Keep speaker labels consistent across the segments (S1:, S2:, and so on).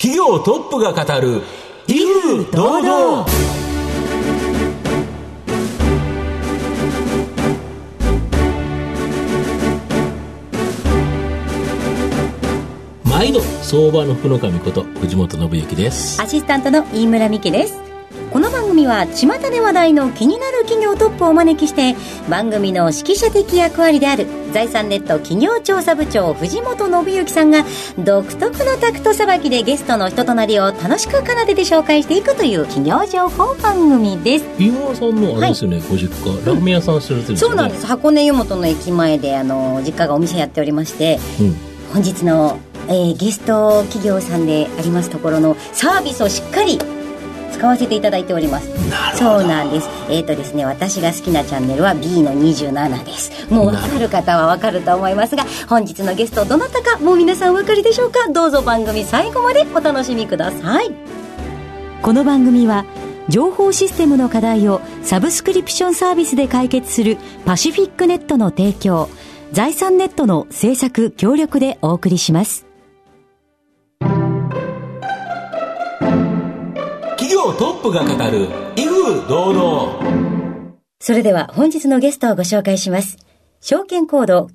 S1: 企業トップが語る威風堂々。毎度相場の福の神こと藤本信之です。
S2: アシスタントの飯村美希です。この番組は巷で話題の気になる企業トップをお招きして、番組の指揮者的役割である財産ネット企業調査部長藤本信之さんが独特のタクトさばきでゲストの人となりを楽しく奏でて紹介していくという企業情報番組です。
S1: 飯村さんのあれですよね、ご実家ラーメン屋さんしてるんですよね。
S2: そうなんです。箱根湯本の駅前で実家がお店やっておりまして、本日のゲスト企業さんでありますところのサービスをしっかり使わせていただいております。そうなんです。ですね、私が好きなチャンネルは B の27です。もう分かる方は分かると思いますが、本日のゲストどなたかもう皆さんお分かりでしょうか。どうぞ番組最後までお楽しみください。
S3: この番組は情報システムの課題をサブスクリプションサービスで解決するパシフィックネットの提供、財産ネットの制作協力でお送りします。
S1: 企業トップが語る威風堂々。
S2: それでは本日のゲストをご紹介します。証券コード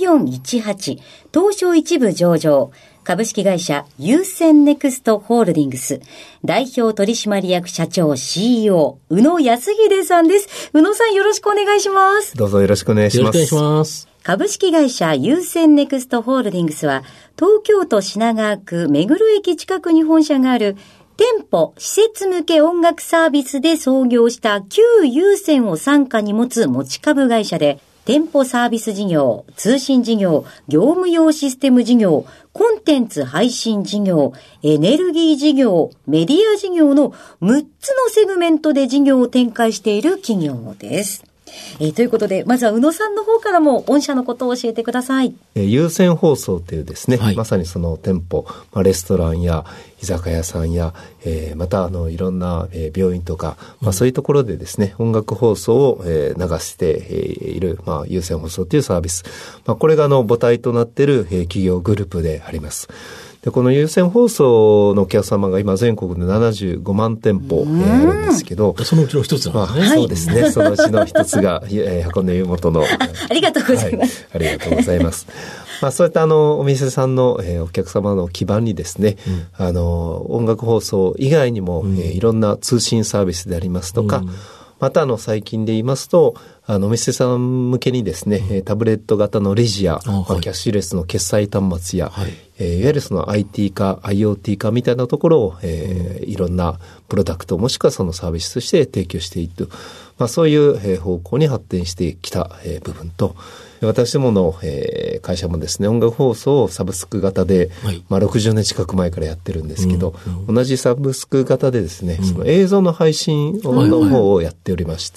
S2: 9418東証一部上場株式会社優先ネクストホールディングス代表取締役社長 CEO 宇野康秀さんです。宇野さん、よろしくお願いします。
S4: どうぞよろしくお願いします。
S1: よろしくお願いします。
S2: 株式会社優先ネクストホールディングスは東京都品川区目黒駅近くに本社がある店舗、施設向け音楽サービスで創業した旧優先を傘下に持つ持ち株会社で、店舗サービス事業、通信事業、業務用システム事業、コンテンツ配信事業、エネルギー事業、メディア事業の6つのセグメントで事業を展開している企業です。ということで、まずは宇野さんの方からも御社のことを教えてください。
S4: 優先放送というですね、まさにその店舗、レストランや居酒屋さんや、またいろんな、病院とか、そういうところでですね、音楽放送を、流している、優先放送というサービス。これが母体となっている、企業グループであります。でこの優先放送のお客様が今全国で75万店舗あるんですけど、
S1: そのうちの一つなんですね。
S4: そうですね。そのうちの一つが箱根湯本の
S2: ありがとうございます。
S4: ありがとうございます。そういったお店さんの、お客様の基盤にですね、音楽放送以外にも、いろんな通信サービスでありますとか、また最近で言いますとお店さん向けにですね、タブレット型のレジや、キャッシュレスの決済端末や、いわゆるその IT 化 IoT 化みたいなところを、いろんなプロダクトもしくはそのサービスとして提供していく、そういう、方向に発展してきた、部分と、私どもの、会社もですね、音楽放送をサブスク型で、60年近く前からやってるんですけど、同じサブスク型でですね、その映像の配信の方をやっておりまして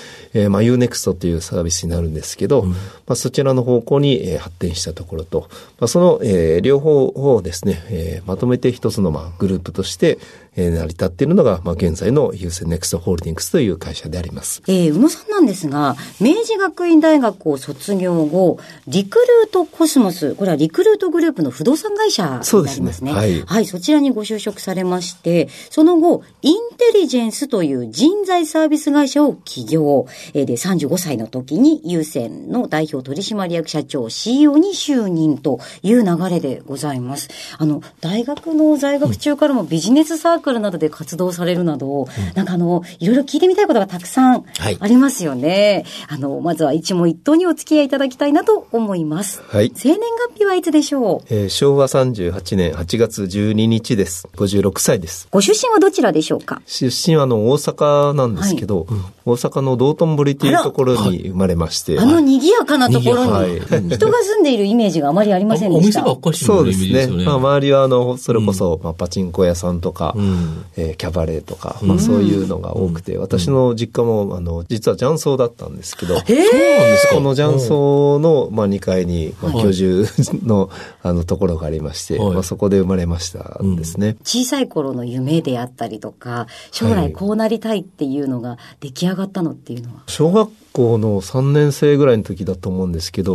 S4: 、Unext というサービスになるんですけど、そちらの方向に、発展したところと、その、両方をですね、まとめて一つのグループとして、成り立っているのが、現在の優先ネクストホールディングスという会社であります。
S2: 宇野さんなんですが、明治学院大学を卒業後、リクルートコスモス、これはリクルートグループの不動産会社になりますね。
S4: そうですね。
S2: はい、そちらにご就職されまして、その後、インテリジェンスという人材サービス会社を起業。で、35歳の時に優先の代表取締役社長 CEO に就任という流れでございます。大学の在学中からもビジネスサークルなどで活動されるなど、なんかいろいろ聞いてみたいことがたくさんありますよね。まずは一問一答にお付き合いいただきたいなと思います。生年月日はいつでしょ
S4: う？昭和38年8月12日です。56歳です。
S2: ご出身はどちらでしょうか？
S4: 出身は大阪なんですけど、大阪の道頓堀というところに生まれまして、
S2: 賑やかなところに、人が住んでいるイメージがあまりありませんでした。
S1: お店ばっかり
S4: そうですね。周りはそれこそ、パチンコ屋さんとか、キャバレーとか、そういうのが多くて、私の実家も実は雀荘だったんですけど、この雀荘の、2階に、居住のところがありまして、そこで生まれましたんですね。
S2: 小さい頃の夢であったりとか、将来こうなりたいっていうのが出来上がったのっていうのは、
S4: 小学校の3年生ぐらいの時だと思うんですけど、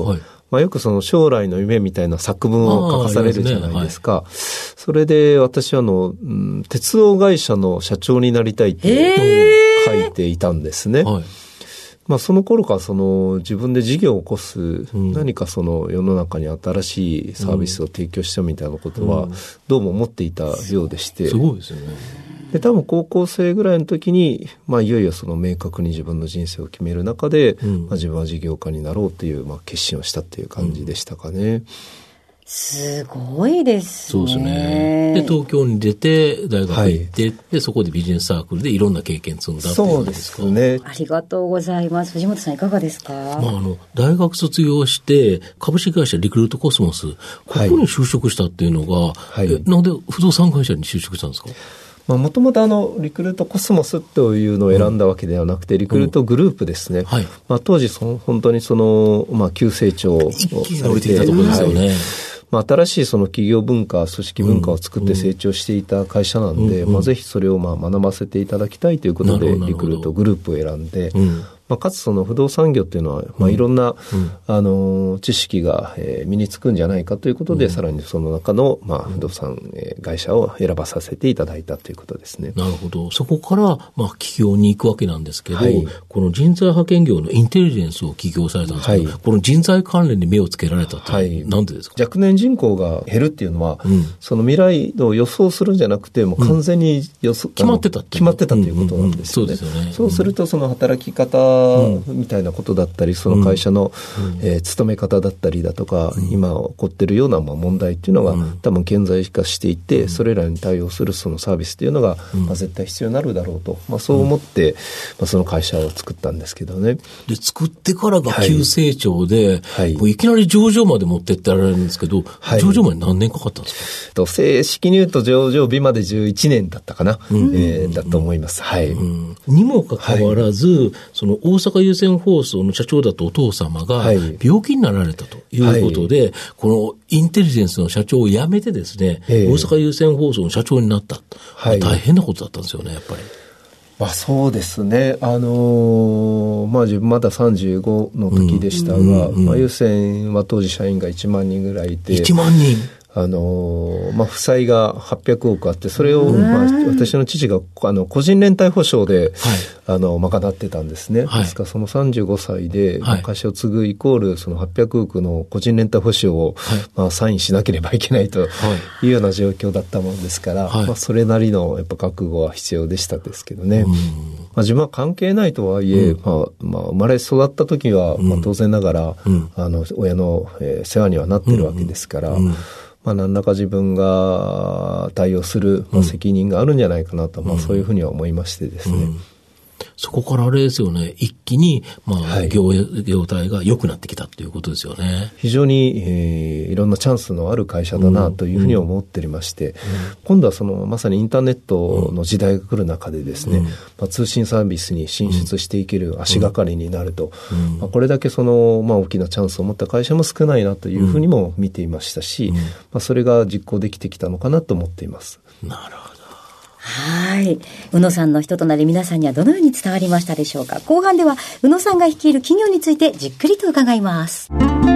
S4: よくその将来の夢みたいな作文を書かされるじゃないですか。それで私は鉄道会社の社長になりたいって書いていたんですね。その頃から自分で事業を起こす、何か世の中に新しいサービスを提供したみたいなことはどうも思っていたようでして。
S1: すごいですよね。
S4: で、多分高校生ぐらいの時に、いよいよ明確に自分の人生を決める中で、自分は事業家になろうという、決心をしたっていう感じでしたかね。
S2: すごいですね。
S1: そうですね。で、東京に出て、大学行って、で、そこでビジネスサークルでいろんな経験積んだっていうことですか。
S4: そうですね。
S2: ありがとうございます。藤本さんいかがですか？
S1: 大学卒業して、株式会社リクルートコスモス、ここに就職したっていうのが、なんで不動産会社に就職したんですか？
S4: もともとリクルートコスモスというのを選んだわけではなくて、リクルートグループですね。当時本当に急成長を
S1: 一気に伸びていたところですよね。
S4: 新しい企業文化、組織文化を作って成長していた会社なんで、ぜひそれを学ばせていただきたいということで、リクルートグループを選んで、かつ不動産業っていうのは、いろんな、知識が、身につくんじゃないかということで、さらにその中の、不動産、会社を選ばさせていただいたということですね。
S1: なるほど。そこから、起業に行くわけなんですけど、この人材派遣業のインテリジェンスを起業されたんですけど、この人材関連に目をつけられたって、なんでですか？
S4: 若年人口が減るっていうのは、その未来を予想するんじゃなくて、もう完全に決まってたということなんですよね。そうすると、働き方、みたいなことだったり、その会社の、勤め方だったりだとか、今起こっているような問題っていうのが、多分顕在化していて、それらに対応するそのサービスっていうのが、絶対必要になるだろうと、そう思って、その会社を作ったんですけどね。
S1: で、作ってからが急成長で、もういきなり上場まで持ってってられるんですけど、上場まで何年かかったんですか？
S4: 正式に言うと上場日まで11年だったかな、だと思います。
S1: にもかかわらず、大阪有線放送の社長だとお父様が病気になられたということで、このインテリジェンスの社長を辞めてですね、大阪有線放送の社長になった。大変なことだったんですよね、やっぱり。
S4: そうですね。自分まだ35の時でしたが、有線は当時社員が1万人ぐらいいて。
S1: 1万人
S4: 負債が800億あって、それを、私の父が、個人連帯保証で、賄ってたんですね。ですから、その35歳で、会社を継ぐイコール、その800億の個人連帯保証を、サインしなければいけないというような状況だったものですから、それなりの、やっぱ覚悟は必要でしたですけどね。自分は関係ないとはいえ、生まれ育った時は、当然ながら、親の、世話にはなってるわけですから、何らか自分が対応する責任があるんじゃないかなと、そういうふうには思いましてですね。
S1: そこからあれですよね、一気に、業態が良くなってきたということですよね。
S4: 非常に、いろんなチャンスのある会社だなというふうに思っておりまして、今度はまさにインターネットの時代が来る中でですね、通信サービスに進出していける足がかりになると、これだけ大きなチャンスを持った会社も少ないなというふうにも見ていましたし、それが実行できてきたのかなと思っています。
S1: なるほど。
S2: 宇野さんの人となり皆さんにはどのように伝わりましたでしょうか。後半では宇野さんが率いる企業についてじっくりと伺います。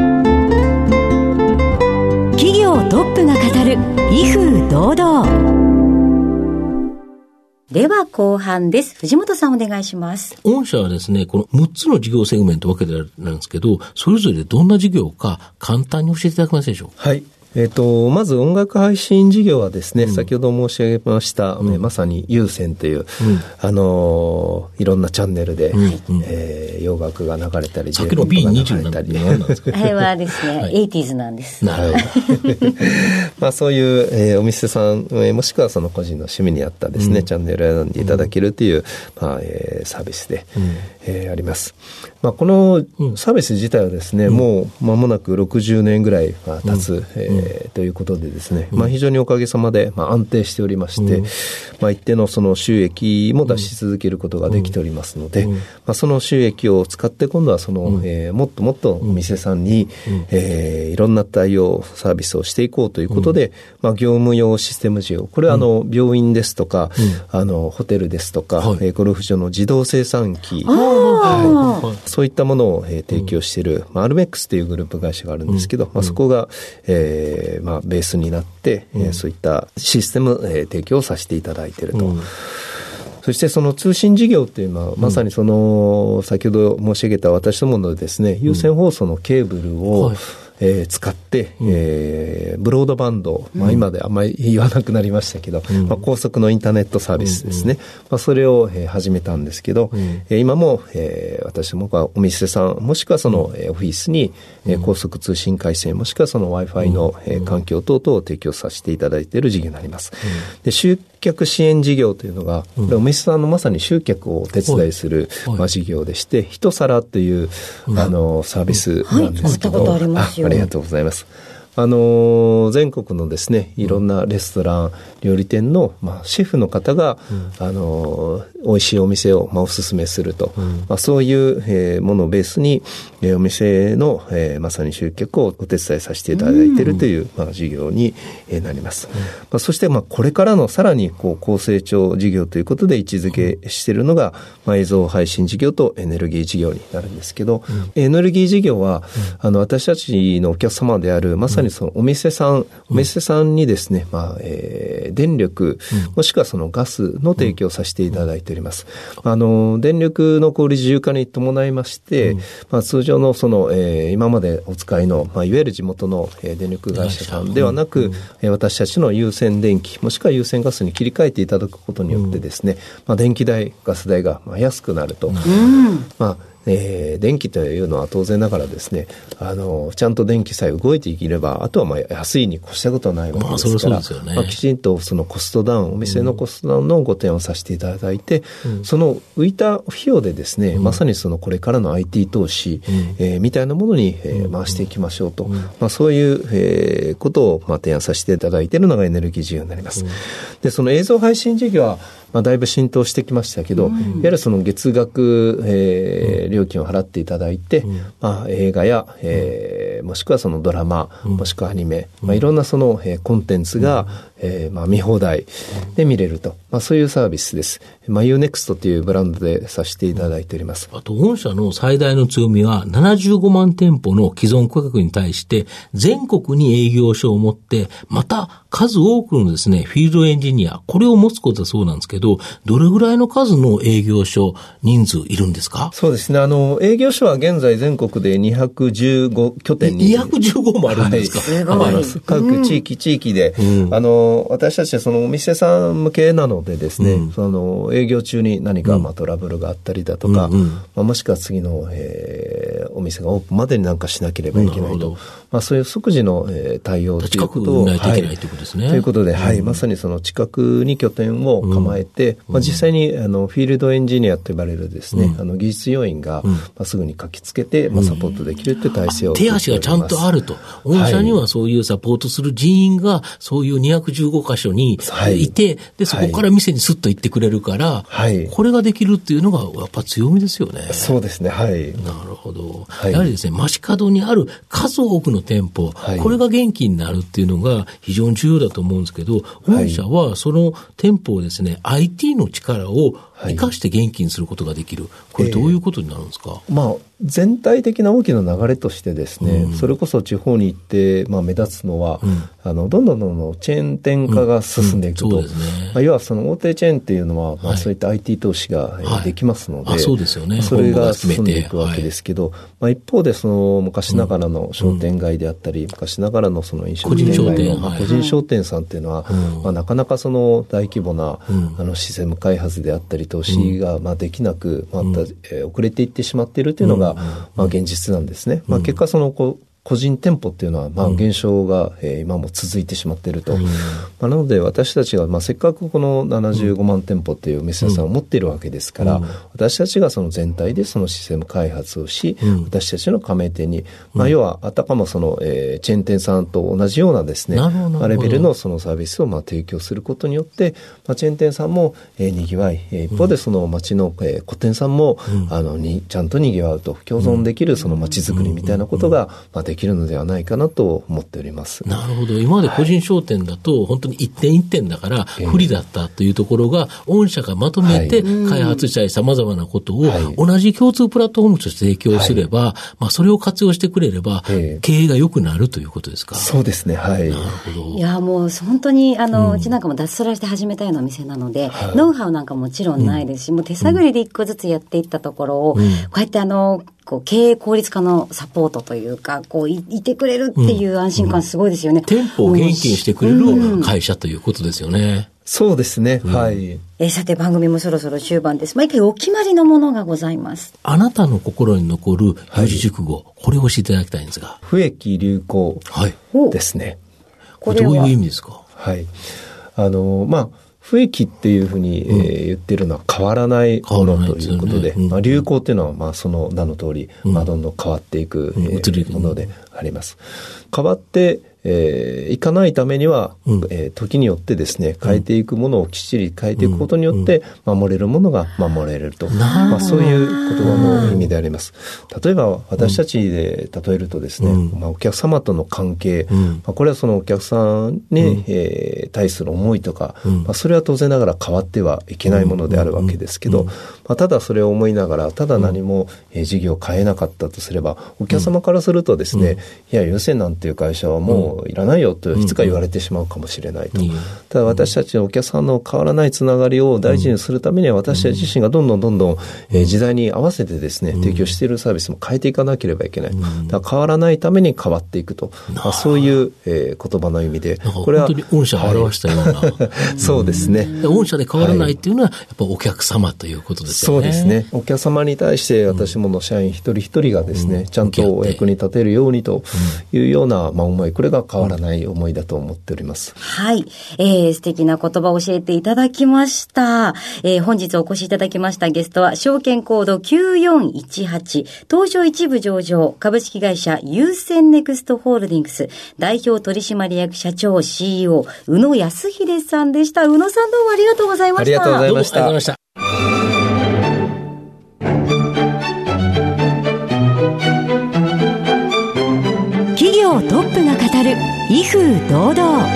S3: 企業トップが語る威風堂々。
S2: では後半です。藤本さんお願いします。
S1: 御社はですね、この6つの事業セグメント分けてあるんですけど、それぞれどんな事業か簡単に教えていただけますでしょうか。
S4: まず音楽配信事業はですね、先ほど申し上げました、まさに有線という、いろんなチャンネルで、洋楽が流れたり、
S1: さっきの B20 なんて何なんですか？
S2: あれはですね、80s なんです。
S1: なるほ
S4: ど。そういう、お店さん、もしくはその個人の趣味に合ったですね、チャンネルを選んでいただけるという、サービスで、あります。このサービス自体はですね、もう間もなく60年ぐらい経つ、ということでですね、非常におかげさまで、安定しておりまして、一定のその収益も出し続けることができておりますので、その収益を使って今度はその、もっともっとお店さんに、いろんな対応サービスをしていこうということで、業務用システム事業、これは病院ですとか、ホテルですとか、ゴルフ場の自動生産機、 はい、そういったものを、提供している、アルメックスというグループ会社があるんですけど、そこが、ベースになって、そういったシステム、提供をさせていただいていると。そしてその通信事業っていうのは、まさにその、先ほど申し上げた私どものですね、有線放送のケーブルを、使って、ブロードバンド、今であんまり言わなくなりましたけど、高速のインターネットサービスですね。それを、始めたんですけど、今も、私どもがお店さん、もしくはその、オフィスに、高速通信回線、もしくはその Wi-Fi の、環境等々を提供させていただいている事業になります。で、集客支援事業というのが、お店さんのまさに集客をお手伝いする、事業でして、一皿という、サービスなんですけど、ありがとうございます。全国のですね、いろんなレストラン、料理店の、シェフの方が、美味しいお店を、おすすめすると、そういう、ものをベースに、お店の、まさに集客をお手伝いさせていただいているという、事業に、なります。そして、これからのさらに高成長事業ということで位置づけしているのが、映像配信事業とエネルギー事業になるんですけど、エネルギー事業は、私たちのお客様である、まさにそのお店さんにですね、電力、もしくはそのガスの提供させていただいております。電力の効率自由化に伴いまして、通常のその、今までお使いの、いわゆる地元の、電力会社さんではなく、私たちの有線電気、もしくは有線ガスに切り替えていただくことによってですね、電気代、ガス代が安くなると。電気というのは当然ながらですね、ちゃんと電気さえ動いていければ、あとは安いに越したことはないわけですから、きちんとそのコストダウン、お店のコストダウンのご提案をさせていただいて、その浮いた費用でですね、まさにそのこれからの IT 投資、みたいなものに、回していきましょうと、そういう、ことを提案させていただいているのがエネルギー事業になります。で、その映像配信事業は、だいぶ浸透してきましたけど、いわゆるその月額、料金を払っていただいて、映画や、もしくはそのドラマ、もしくはアニメ、いろんなその、コンテンツが、見放題で見れると、そういうサービスです。UNEXT というブランドでさせていただいております。
S1: あと、御社の最大の強みは、75万店舗の既存顧客に対して、全国に営業所を持って、また数多くのですね、フィールドエンジニア、これを持つことだそうなんですけど、どれぐらいの数の営業所、人数いるんですか？
S4: そうですね。営業所は現在全国で215拠点に。
S1: 215もあるんですか？
S4: あります。各地域で、私たちはそのお店さん向けなのでですね、その営業中に何かトラブルがあったりだとか、もしくは次の、お店がオープンまでに何かしなければいけないと、そういう即時の、対応ということを、
S1: 近くないといけないということですね。
S4: ということで、まさにその近くに拠点を構えて、実際にフィールドエンジニアと呼ばれるですね、技術要員が、すぐに駆けつけて、サポートできるという体制を
S1: 手足がちゃんとあると。御社にはそういうサポートする人員がそういう215箇所にいて、でそこから店にスッと行ってくれるから、これができるっていうのがやっぱ強みですよね。
S4: そうですね。な
S1: るほど。やはりですね、街角にある数多くの店舗、これが元気になるっていうのが非常に重要だと思うんですけど、御社はその店舗をですね、IT の力を生かして元気にすることができる。これどういうことになるんですか？
S4: 全体的な大きな流れとしてですね、それこそ地方に行って、目立つのは、どんどんチェーン店化が進んでいくと、要はその大手チェーンっていうのは、そういった IT 投資ができますので、
S1: そうですよね。
S4: それが進んでいくわけですけど、一方でその昔ながらの商店街であったり、昔ながらのその飲食店街の個人商店さんっていうのは、なかなかその大規模なシステム開発であったり投資ができなく、遅れていってしまっているというのが、現実なんですね。結果その個人店舗っていうのは、減少が、今も続いてしまっていると。なので私たちが、せっかくこの75万店舗っていうお店さんを持っているわけですから、私たちがその全体でそのシステム開発をし、私たちの加盟店に、要はあたかもその、チェーン店さんと同じようなですね、レベルのそのサービスを提供することによって、チェーン店さんも、にぎわい、一方でその町の、個店さんも、ちゃんとにぎわうと、共存できるその町づくりみたいなことが、でできるのではないかなと思っております。
S1: なるほど。今まで個人商店だと、本当に一点一点だから不利だったというところが、御社がまとめて開発したい様々なことを同じ共通プラットフォームとして提供すれば、それを活用してくれれば、経営が良くなるということですか。
S4: そうですね。はい。
S2: なるほど。いや、もう本当に、うちなんかも脱サラして始めたようなお店なので、ノウハウなんかもちろんないですし、もう手探りで一個ずつやっていったところを、こうやって経営効率化のサポートというか、いてくれるっていう安心感すごいですよね。
S1: 店舗を元気にしてくれる会社ということですよね。
S4: そうですね。はい。
S2: さて番組もそろそろ終盤です。毎回お決まりのものがございます。
S1: あなたの心に残る四字熟語、これを教えていただきたいんですが。
S4: 不益流行ですね。
S1: これどういう意味ですか。
S4: はい。不益っていうふうに、言ってるのは変わらないものということで、流行っていうのはその名の通り、どんどん変わっていく、ものであります。変わっていかないためには、時によってですね、変えていくものをきっちり変えていくことによって、守れるものが守れると。そういう言葉の意味であります。例えば、私たちで例えるとですね、お客様との関係、これはそのお客さんに、対する思いとか、それは当然ながら変わってはいけないものであるわけですけど、ただそれを思いながら、ただ何も、事業を変えなかったとすれば、お客様からするとですね、いや、優先なんていう会社はもういらないよといつか言われてしまうかもしれないと。ただ私たちのお客さんの変わらないつながりを大事にするためには、私たち自身がどんどん、時代に合わせてですね、提供しているサービスも変えていかなければいけない。だから変わらないために変わっていくと。そういう、言葉の意味で、
S1: これは本当に御社を表したような。
S4: そうですね。
S1: 御社で変わらないっていうのは、やっぱお客様ということですよね。
S4: そうですね。お客様に対して私もの社員一人一人がですね、ちゃんとお役に立てるようにというような、思い、これが変わらない思いだと思っております。
S2: はい。素敵な言葉を教えていただきました。本日お越しいただきましたゲストは、証券コード9418、東証一部上場、株式会社優先ネクストホールディングス、代表取締役社長 CEO、宇野康秀さんでした。宇野さんどうもありがとうございました。
S4: ありがとうございました。
S1: どうもありがとうございました。
S3: 企業トップが語る威風堂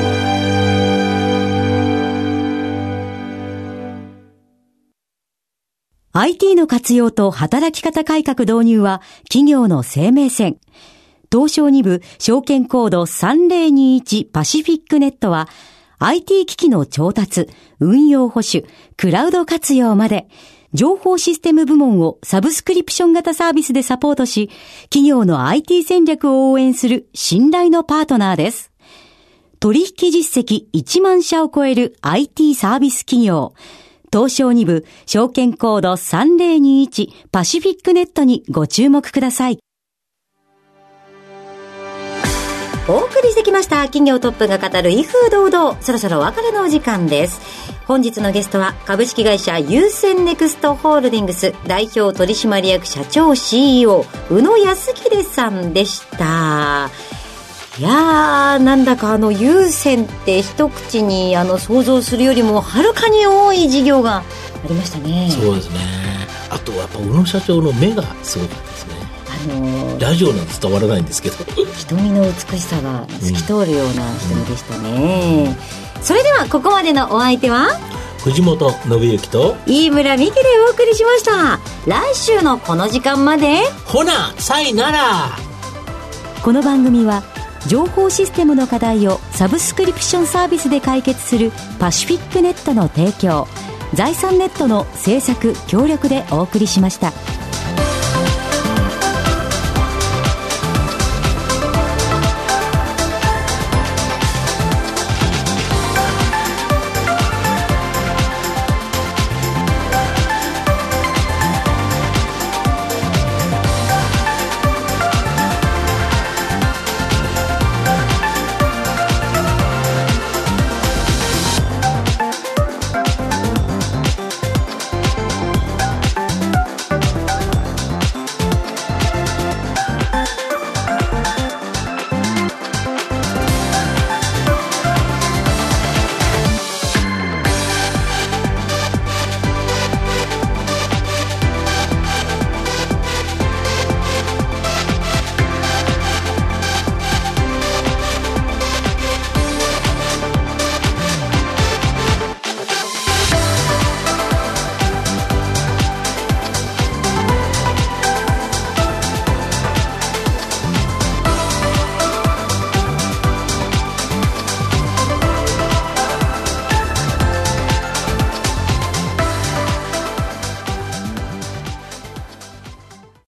S3: 々。IT の活用と働き方改革導入は企業の生命線。東証2部証券コード3021パシフィックネットは IT 機器の調達、運用保守、クラウド活用まで情報システム部門をサブスクリプション型サービスでサポートし、企業の IT 戦略を応援する信頼のパートナーです。取引実績1万社を超える IT サービス企業。東証2部証券コード3021パシフィックネットにご注目ください。
S2: お送りしてきました企業トップが語る威風堂々、そろそろお別れのお時間です。本日のゲストは株式会社優先ネクストホールディングス代表取締役社長 CEO 宇野康秀さんでした。いやー、なんだか優先って一口に想像するよりもはるかに多い事業がありましたね。
S1: そうですね。あとはやっぱ宇野社長の目がすごかったですね。ラジオなんて伝わらないんですけど
S2: 瞳の美しさが透き通るような瞳でしたね。それではここまでのお相手は
S1: 藤本信之と
S2: 飯村美希でお送りしました。来週のこの時間まで
S1: ほなさいなら。
S3: この番組は情報システムの課題をサブスクリプションサービスで解決するパシフィックネットの提供、財産ネットの制作協力でお送りしました。